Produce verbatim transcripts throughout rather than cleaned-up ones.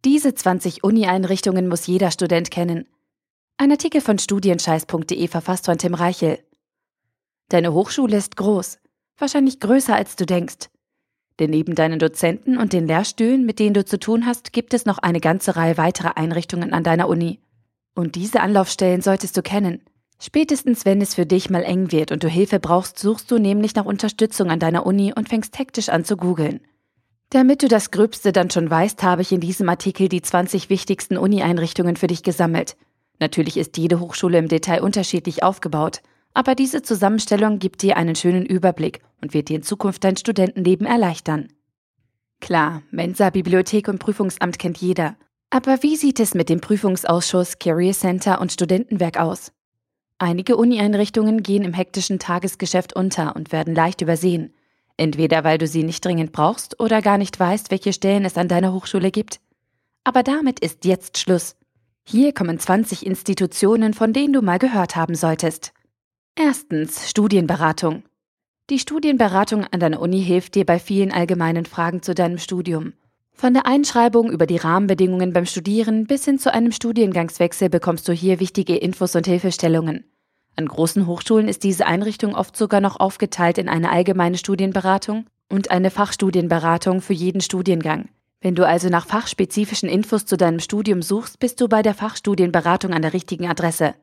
Diese zwanzig Uni-Einrichtungen muss jeder Student kennen. Ein Artikel von studienscheiß punkt de verfasst von Tim Reichel. Deine Hochschule ist groß, wahrscheinlich größer als du denkst. Denn neben deinen Dozenten und den Lehrstühlen, mit denen du zu tun hast, gibt es noch eine ganze Reihe weiterer Einrichtungen an deiner Uni. Und diese Anlaufstellen solltest du kennen. Spätestens, wenn es für dich mal eng wird und du Hilfe brauchst, suchst du nämlich nach Unterstützung an deiner Uni und fängst hektisch an zu googeln. Damit du das Gröbste dann schon weißt, habe ich in diesem Artikel die zwanzig wichtigsten Uni-Einrichtungen für dich gesammelt. Natürlich ist jede Hochschule im Detail unterschiedlich aufgebaut, aber diese Zusammenstellung gibt dir einen schönen Überblick und wird dir in Zukunft dein Studentenleben erleichtern. Klar, Mensa, Bibliothek und Prüfungsamt kennt jeder. Aber wie sieht es mit dem Prüfungsausschuss, Career Center und Studentenwerk aus? Einige Uni-Einrichtungen gehen im hektischen Tagesgeschäft unter und werden leicht übersehen. Entweder weil du sie nicht dringend brauchst oder gar nicht weißt, welche Stellen es an deiner Hochschule gibt. Aber damit ist jetzt Schluss. Hier kommen zwanzig Institutionen, von denen du mal gehört haben solltest. Erstens Studienberatung. Die Studienberatung an deiner Uni hilft dir bei vielen allgemeinen Fragen zu deinem Studium. Von der Einschreibung über die Rahmenbedingungen beim Studieren bis hin zu einem Studiengangswechsel bekommst du hier wichtige Infos und Hilfestellungen. An großen Hochschulen ist diese Einrichtung oft sogar noch aufgeteilt in eine allgemeine Studienberatung und eine Fachstudienberatung für jeden Studiengang. Wenn du also nach fachspezifischen Infos zu deinem Studium suchst, bist du bei der Fachstudienberatung an der richtigen Adresse.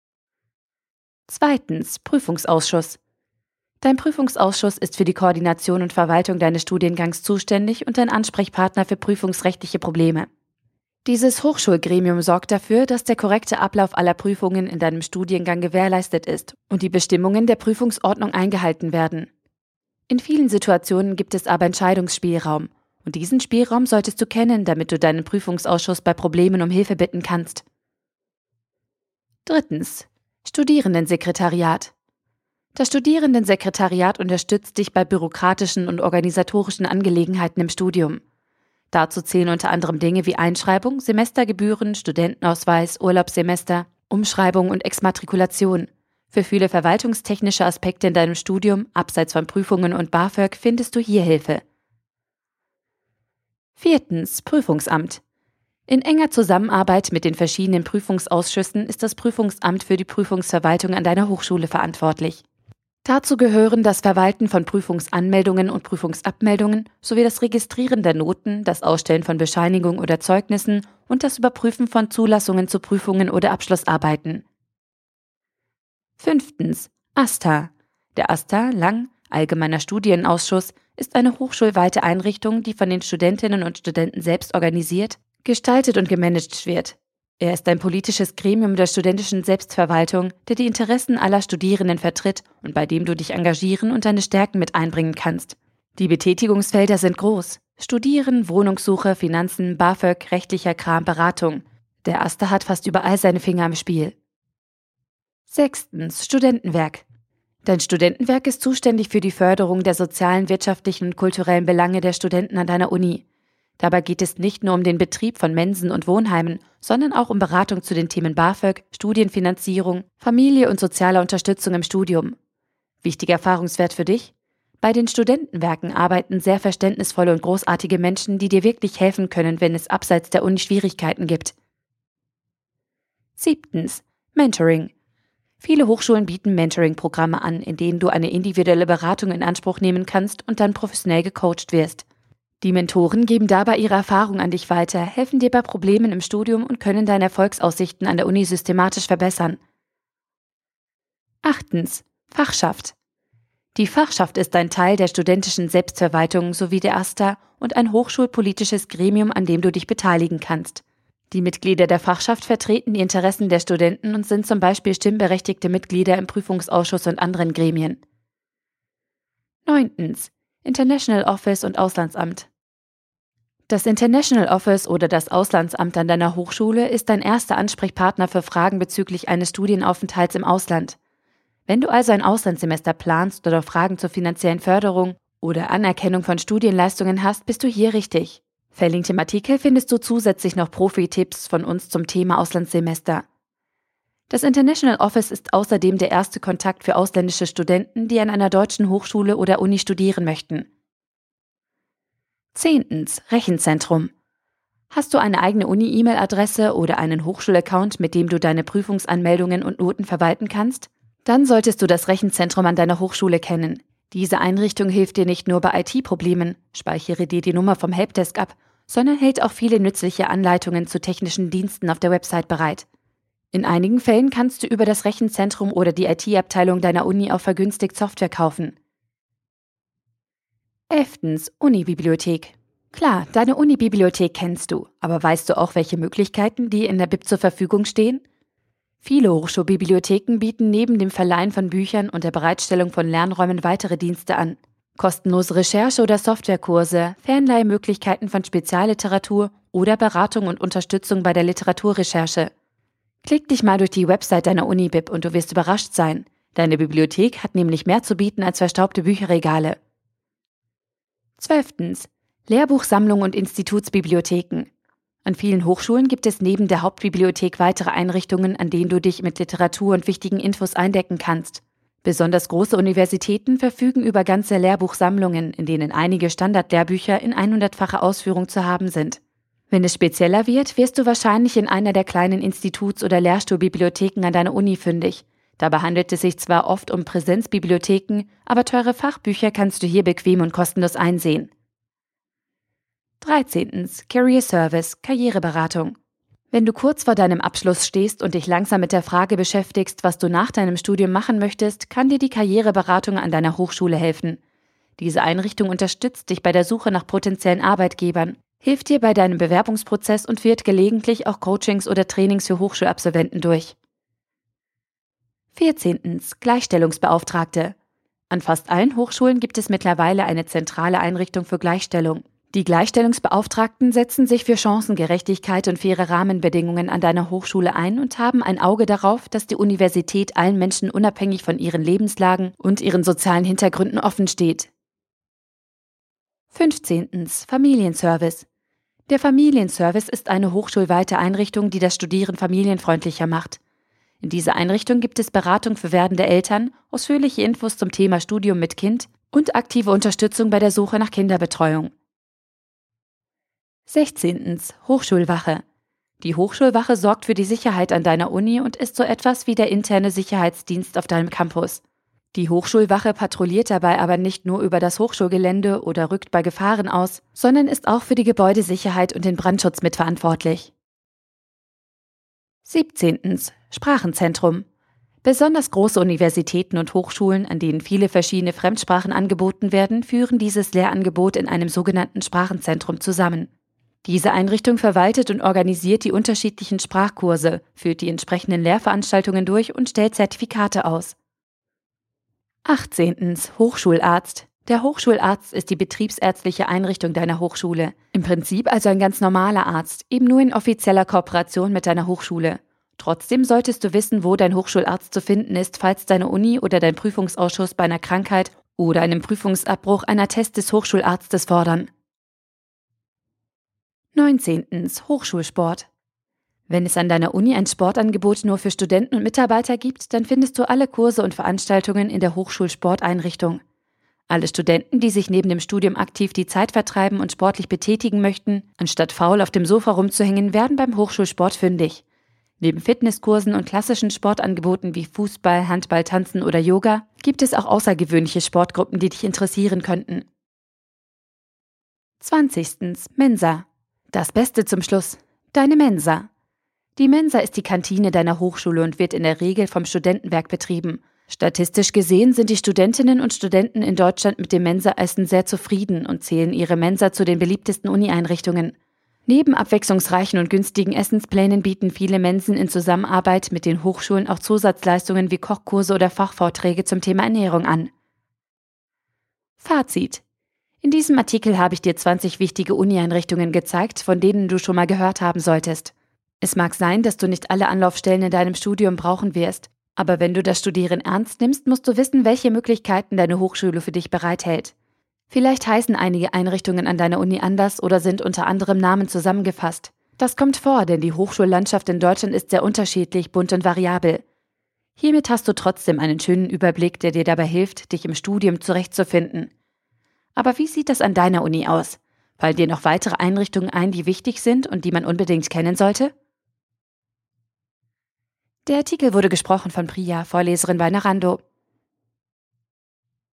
Zweitens, Prüfungsausschuss. Dein Prüfungsausschuss ist für die Koordination und Verwaltung deines Studiengangs zuständig und dein Ansprechpartner für prüfungsrechtliche Probleme. Dieses Hochschulgremium sorgt dafür, dass der korrekte Ablauf aller Prüfungen in deinem Studiengang gewährleistet ist und die Bestimmungen der Prüfungsordnung eingehalten werden. In vielen Situationen gibt es aber Entscheidungsspielraum und diesen Spielraum solltest du kennen, damit du deinen Prüfungsausschuss bei Problemen um Hilfe bitten kannst. Drittens, Studierendensekretariat. Das Studierendensekretariat unterstützt dich bei bürokratischen und organisatorischen Angelegenheiten im Studium. Dazu zählen unter anderem Dinge wie Einschreibung, Semestergebühren, Studentenausweis, Urlaubssemester, Umschreibung und Exmatrikulation. Für viele verwaltungstechnische Aspekte in deinem Studium, abseits von Prüfungen und BAföG, findest du hier Hilfe. Viertens, Prüfungsamt. In enger Zusammenarbeit mit den verschiedenen Prüfungsausschüssen ist das Prüfungsamt für die Prüfungsverwaltung an deiner Hochschule verantwortlich. Dazu gehören das Verwalten von Prüfungsanmeldungen und Prüfungsabmeldungen sowie das Registrieren der Noten, das Ausstellen von Bescheinigungen oder Zeugnissen und das Überprüfen von Zulassungen zu Prüfungen oder Abschlussarbeiten. Fünftens. AStA. Der AStA, lang Allgemeiner Studienausschuss, ist eine hochschulweite Einrichtung, die von den Studentinnen und Studenten selbst organisiert, gestaltet und gemanagt wird. Er ist ein politisches Gremium der studentischen Selbstverwaltung, der die Interessen aller Studierenden vertritt und bei dem du dich engagieren und deine Stärken mit einbringen kannst. Die Betätigungsfelder sind groß: Studieren, Wohnungssuche, Finanzen, BAföG, rechtlicher Kram, Beratung. Der AStA hat fast überall seine Finger im Spiel. Sechstens. Studentenwerk. Dein Studentenwerk ist zuständig für die Förderung der sozialen, wirtschaftlichen und kulturellen Belange der Studenten an deiner Uni. Dabei geht es nicht nur um den Betrieb von Mensen und Wohnheimen, sondern auch um Beratung zu den Themen BAföG, Studienfinanzierung, Familie und sozialer Unterstützung im Studium. Wichtiger Erfahrungswert für dich? Bei den Studentenwerken arbeiten sehr verständnisvolle und großartige Menschen, die dir wirklich helfen können, wenn es abseits der Uni Schwierigkeiten gibt. Siebtens. Mentoring. Viele Hochschulen bieten Mentoring-Programme an, in denen du eine individuelle Beratung in Anspruch nehmen kannst und dann professionell gecoacht wirst. Die Mentoren geben dabei ihre Erfahrung an dich weiter, helfen dir bei Problemen im Studium und können deine Erfolgsaussichten an der Uni systematisch verbessern. Achtens. Fachschaft. Die Fachschaft ist ein Teil der studentischen Selbstverwaltung sowie der AStA und ein hochschulpolitisches Gremium, an dem du dich beteiligen kannst. Die Mitglieder der Fachschaft vertreten die Interessen der Studenten und sind zum Beispiel stimmberechtigte Mitglieder im Prüfungsausschuss und anderen Gremien. Neuntens. International Office und Auslandsamt. Das International Office oder das Auslandsamt an deiner Hochschule ist dein erster Ansprechpartner für Fragen bezüglich eines Studienaufenthalts im Ausland. Wenn du also ein Auslandssemester planst oder Fragen zur finanziellen Förderung oder Anerkennung von Studienleistungen hast, bist du hier richtig. Verlinkt im Artikel findest du zusätzlich noch Profi-Tipps von uns zum Thema Auslandssemester. Das International Office ist außerdem der erste Kontakt für ausländische Studenten, die an einer deutschen Hochschule oder Uni studieren möchten. Zehntens. Rechenzentrum. Hast du eine eigene Uni-E-Mail-Adresse oder einen Hochschulaccount, mit dem du deine Prüfungsanmeldungen und Noten verwalten kannst? Dann solltest du das Rechenzentrum an deiner Hochschule kennen. Diese Einrichtung hilft dir nicht nur bei I T-Problemen, speichere dir die Nummer vom Helpdesk ab, sondern hält auch viele nützliche Anleitungen zu technischen Diensten auf der Website bereit. In einigen Fällen kannst du über das Rechenzentrum oder die I T-Abteilung deiner Uni auch vergünstigt Software kaufen. Elftens. Unibibliothek. Klar, deine Unibibliothek kennst du, aber weißt du auch, welche Möglichkeiten dir in der B I B zur Verfügung stehen? Viele Hochschulbibliotheken bieten neben dem Verleihen von Büchern und der Bereitstellung von Lernräumen weitere Dienste an. Kostenlose Recherche- oder Softwarekurse, Fernleihmöglichkeiten von Spezialliteratur oder Beratung und Unterstützung bei der Literaturrecherche. Klick dich mal durch die Website deiner Uni-B I B und du wirst überrascht sein. Deine Bibliothek hat nämlich mehr zu bieten als verstaubte Bücherregale. Zwölftens. Lehrbuchsammlung und Institutsbibliotheken. An vielen Hochschulen gibt es neben der Hauptbibliothek weitere Einrichtungen, an denen du dich mit Literatur und wichtigen Infos eindecken kannst. Besonders große Universitäten verfügen über ganze Lehrbuchsammlungen, in denen einige Standardlehrbücher in hundertfacher Ausführung zu haben sind. Wenn es spezieller wird, wirst du wahrscheinlich in einer der kleinen Instituts- oder Lehrstuhlbibliotheken an deiner Uni fündig. Dabei handelt es sich zwar oft um Präsenzbibliotheken, aber teure Fachbücher kannst du hier bequem und kostenlos einsehen. Dreizehntens. Career Service, Karriereberatung. Wenn du kurz vor deinem Abschluss stehst und dich langsam mit der Frage beschäftigst, was du nach deinem Studium machen möchtest, kann dir die Karriereberatung an deiner Hochschule helfen. Diese Einrichtung unterstützt dich bei der Suche nach potenziellen Arbeitgebern, hilft dir bei deinem Bewerbungsprozess und führt gelegentlich auch Coachings oder Trainings für Hochschulabsolventen durch. Vierzehntens. Gleichstellungsbeauftragte. An fast allen Hochschulen gibt es mittlerweile eine zentrale Einrichtung für Gleichstellung. Die Gleichstellungsbeauftragten setzen sich für Chancengerechtigkeit und faire Rahmenbedingungen an deiner Hochschule ein und haben ein Auge darauf, dass die Universität allen Menschen unabhängig von ihren Lebenslagen und ihren sozialen Hintergründen offen steht. Fünfzehntens. Familienservice. Der Familienservice ist eine hochschulweite Einrichtung, die das Studieren familienfreundlicher macht. In dieser Einrichtung gibt es Beratung für werdende Eltern, ausführliche Infos zum Thema Studium mit Kind und aktive Unterstützung bei der Suche nach Kinderbetreuung. Sechzehntens. Hochschulwache. Die Hochschulwache sorgt für die Sicherheit an deiner Uni und ist so etwas wie der interne Sicherheitsdienst auf deinem Campus. Die Hochschulwache patrouilliert dabei aber nicht nur über das Hochschulgelände oder rückt bei Gefahren aus, sondern ist auch für die Gebäudesicherheit und den Brandschutz mitverantwortlich. Siebzehntens. Sprachenzentrum. Besonders große Universitäten und Hochschulen, an denen viele verschiedene Fremdsprachen angeboten werden, führen dieses Lehrangebot in einem sogenannten Sprachenzentrum zusammen. Diese Einrichtung verwaltet und organisiert die unterschiedlichen Sprachkurse, führt die entsprechenden Lehrveranstaltungen durch und stellt Zertifikate aus. Achtzehntens. Hochschularzt. Der Hochschularzt ist die betriebsärztliche Einrichtung deiner Hochschule. Im Prinzip also ein ganz normaler Arzt, eben nur in offizieller Kooperation mit deiner Hochschule. Trotzdem solltest du wissen, wo dein Hochschularzt zu finden ist, falls deine Uni oder dein Prüfungsausschuss bei einer Krankheit oder einem Prüfungsabbruch einen Attest des Hochschularztes fordern. Neunzehntens. Hochschulsport. Wenn es an deiner Uni ein Sportangebot nur für Studenten und Mitarbeiter gibt, dann findest du alle Kurse und Veranstaltungen in der Hochschulsporteinrichtung. Alle Studenten, die sich neben dem Studium aktiv die Zeit vertreiben und sportlich betätigen möchten, anstatt faul auf dem Sofa rumzuhängen, werden beim Hochschulsport fündig. Neben Fitnesskursen und klassischen Sportangeboten wie Fußball, Handball, Tanzen oder Yoga gibt es auch außergewöhnliche Sportgruppen, die dich interessieren könnten. Zwanzigstens. Mensa. Das Beste zum Schluss. Deine Mensa. Die Mensa ist die Kantine deiner Hochschule und wird in der Regel vom Studentenwerk betrieben. Statistisch gesehen sind die Studentinnen und Studenten in Deutschland mit dem Mensaessen sehr zufrieden und zählen ihre Mensa zu den beliebtesten Uni-Einrichtungen. Neben abwechslungsreichen und günstigen Essensplänen bieten viele Mensen in Zusammenarbeit mit den Hochschulen auch Zusatzleistungen wie Kochkurse oder Fachvorträge zum Thema Ernährung an. Fazit. In diesem Artikel habe ich dir zwanzig wichtige Uni-Einrichtungen gezeigt, von denen du schon mal gehört haben solltest. Es mag sein, dass du nicht alle Anlaufstellen in deinem Studium brauchen wirst, aber wenn du das Studieren ernst nimmst, musst du wissen, welche Möglichkeiten deine Hochschule für dich bereithält. Vielleicht heißen einige Einrichtungen an deiner Uni anders oder sind unter anderem Namen zusammengefasst. Das kommt vor, denn die Hochschullandschaft in Deutschland ist sehr unterschiedlich, bunt und variabel. Hiermit hast du trotzdem einen schönen Überblick, der dir dabei hilft, dich im Studium zurechtzufinden. Aber wie sieht das an deiner Uni aus? Fallen dir noch weitere Einrichtungen ein, die wichtig sind und die man unbedingt kennen sollte? Der Artikel wurde gesprochen von Priya, Vorleserin bei Narando.